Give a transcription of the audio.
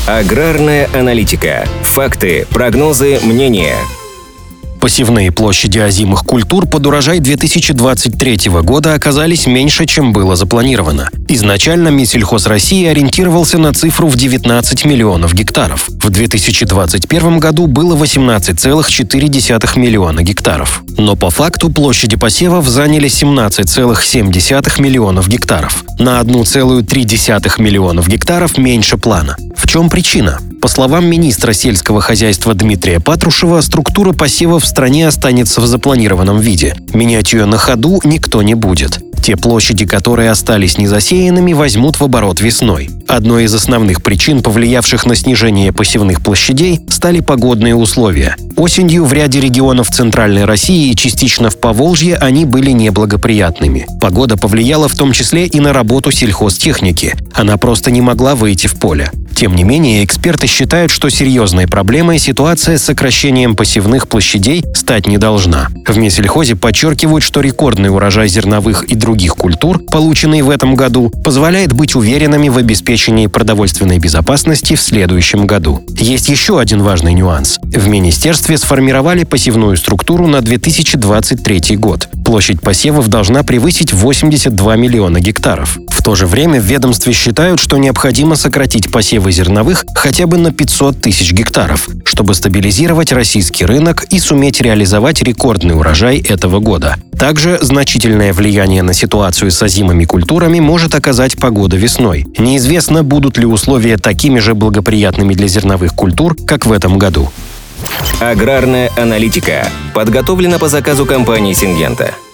Аграрная аналитика. Факты, прогнозы, мнения. Посевные площади озимых культур под урожай 2023 года оказались меньше, чем было запланировано. Изначально Минсельхоз России ориентировался на цифру в 19 миллионов гектаров. В 2021 году было 18,4 миллиона гектаров. Но по факту площади посевов заняли 17,7 миллионов гектаров. На 1,3 миллионов гектаров меньше плана. В чем причина? По словам министра сельского хозяйства Дмитрия Патрушева, структура посева в стране останется в запланированном виде. Менять ее на ходу никто не будет. Те площади, которые остались незасеянными, возьмут в оборот весной. Одной из основных причин, повлиявших на снижение посевных площадей, стали погодные условия. Осенью в ряде регионов Центральной России и частично в Поволжье они были неблагоприятными. Погода повлияла в том числе и на работу сельхозтехники. Она просто не могла выйти в поле. Тем не менее, эксперты считают, что серьезной проблемой ситуация с сокращением посевных площадей стать не должна. В Минсельхозе подчеркивают, что рекордный урожай зерновых и других культур, полученный в этом году, позволяет быть уверенными в обеспечении продовольственной безопасности в следующем году. Есть еще один важный нюанс. В министерстве сформировали посевную структуру на 2023 год. Площадь посевов должна превысить 82 миллиона гектаров. В то же время в ведомстве считают, что необходимо сократить посевы зерновых хотя бы на 500 тысяч гектаров, чтобы стабилизировать российский рынок и суметь реализовать рекордный урожай этого года. Также значительное влияние на ситуацию с озимыми культурами может оказать погода весной. Неизвестно, будут ли условия такими же благоприятными для зерновых культур, как в этом году. Аграрная аналитика подготовлена по заказу компании «Сингента».